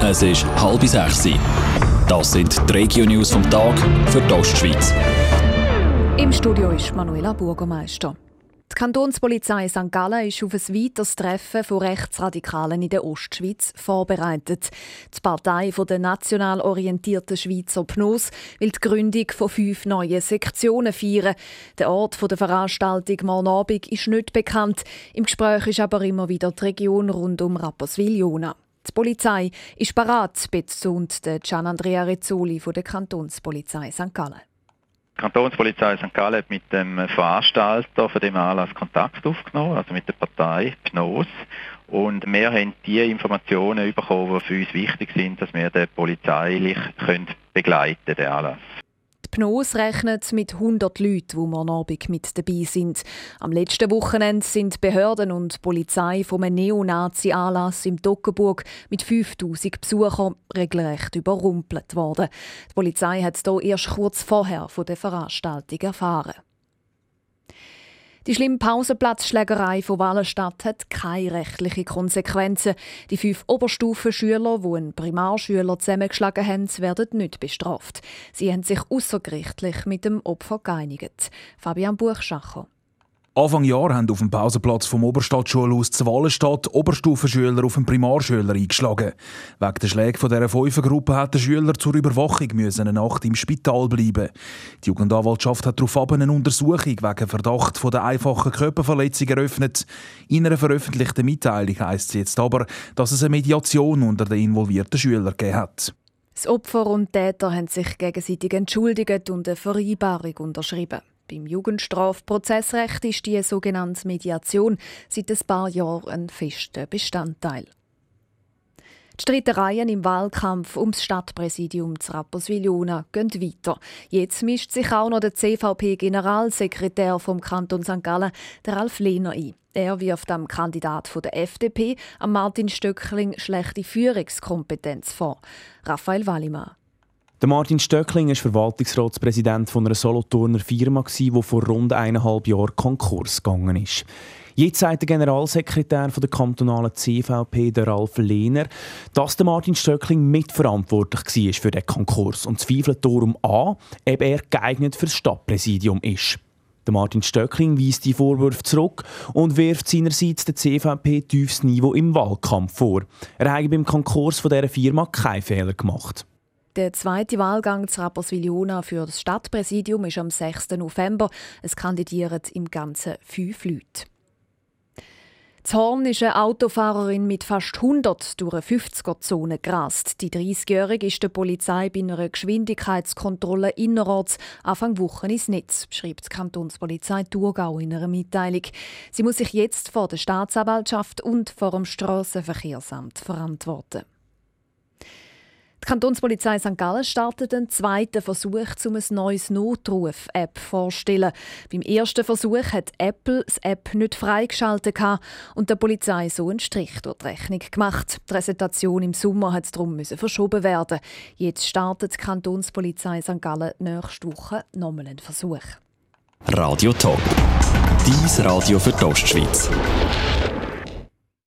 Es ist 5:30. Das sind die Regio-News vom Tag für die Ostschweiz. Im Studio ist Manuela Burgermeister. Die Kantonspolizei St. Gallen ist auf ein weiteres Treffen von Rechtsradikalen in der Ostschweiz vorbereitet. Die Partei der national orientierten Schweizer PNOS will die Gründung von 5 neuen Sektionen feiern. Der Ort der Veranstaltung morgen Abend ist nicht bekannt. Im Gespräch ist aber immer wieder die Region rund um Rapperswil-Jona. Die Polizei ist bereit, betont Gian Andrea Rezzoli von der Kantonspolizei St. Gallen. Die Kantonspolizei St. Gallen hat mit dem Veranstalter von dem Anlass Kontakt aufgenommen, also mit der Partei PNOS. Und wir haben die Informationen bekommen, die für uns wichtig sind, dass wir den polizeilich begleiten können, den Anlass. Die PNOS rechnet mit 100 Leuten, die morgen Abend mit dabei sind. Am letzten Wochenende sind Behörden und die Polizei vom Neonazi-Anlass im Toggenburg mit 5000 Besuchern regelrecht überrumpelt worden. Die Polizei hat hier erst kurz vorher von der Veranstaltung erfahren. Die schlimme Pausenplatzschlägerei von Wallenstadt hat keine rechtlichen Konsequenzen. Die 5 Oberstufenschüler, die einen Primarschüler zusammengeschlagen haben, werden nicht bestraft. Sie haben sich aussergerichtlich mit dem Opfer geeinigt. Fabian Buchschacher. Anfang Jahr haben auf dem Pausenplatz vom Oberstadtschulhaus zu Wallenstadt Oberstufenschüler auf einen Primarschüler eingeschlagen. Wegen der Schläge von dieser 5er-Gruppe hat der Schüler zur Überwachung eine Nacht im Spital bleiben. Die Jugendanwaltschaft hat daraufhin eine Untersuchung wegen Verdacht von der einfachen Körperverletzung eröffnet. In einer veröffentlichten Mitteilung heisst es jetzt aber, dass es eine Mediation unter den involvierten Schülern gegeben hat. Das Opfer und die Täter haben sich gegenseitig entschuldigt und eine Vereinbarung unterschrieben. Beim Jugendstrafprozessrecht ist die sogenannte Mediation seit ein paar Jahren ein fester Bestandteil. Die Streitereien im Wahlkampf ums Stadtpräsidium zu Rapperswil-Jona gehen weiter. Jetzt mischt sich auch noch der CVP-Generalsekretär vom Kanton St. Gallen, der Ralf Lehner, ein. Er wirft dem Kandidat der FDP, am Martin Stöckling, schlechte Führungskompetenz vor. Raphael Wallimann. Der Martin Stöckling war Verwaltungsratspräsident einer Solothurner Firma, die vor rund 1,5 Jahren Konkurs gegangen ist. Jetzt sagt der Generalsekretär der kantonalen CVP, der Ralf Lehner, dass der Martin Stöckling mitverantwortlich war für den Konkurs und zweifelt darum an, ob er geeignet für das Stadtpräsidium ist. Der Martin Stöckling weist die Vorwürfe zurück und wirft seinerseits der CVP tiefes Niveau im Wahlkampf vor. Er habe beim Konkurs dieser Firma keinen Fehler gemacht. Der zweite Wahlgang zu Rapperswil-Jona für das Stadtpräsidium ist am 6. November. Es kandidieren im Ganzen 5 Leute. In Horn ist eine Autofahrerin mit fast 100 durch eine 50er-Zone gerast. Die 30-Jährige ist der Polizei bei einer Geschwindigkeitskontrolle innerorts Anfang Woche ins Netz, schreibt die Kantonspolizei Thurgau in einer Mitteilung. Sie muss sich jetzt vor der Staatsanwaltschaft und vor dem Strassenverkehrsamt verantworten. Die Kantonspolizei St. Gallen startet einen zweiten Versuch, um ein neues Notruf-App vorzustellen. Beim ersten Versuch hat Apple das App nicht freigeschaltet und der Polizei so einen Strich durch die Rechnung gemacht. Die Präsentation im Sommer musste darum verschoben werden. Jetzt startet die Kantonspolizei St. Gallen nächste Woche nochmal einen Versuch. Radio Top. Dein Radio für die Ostschweiz.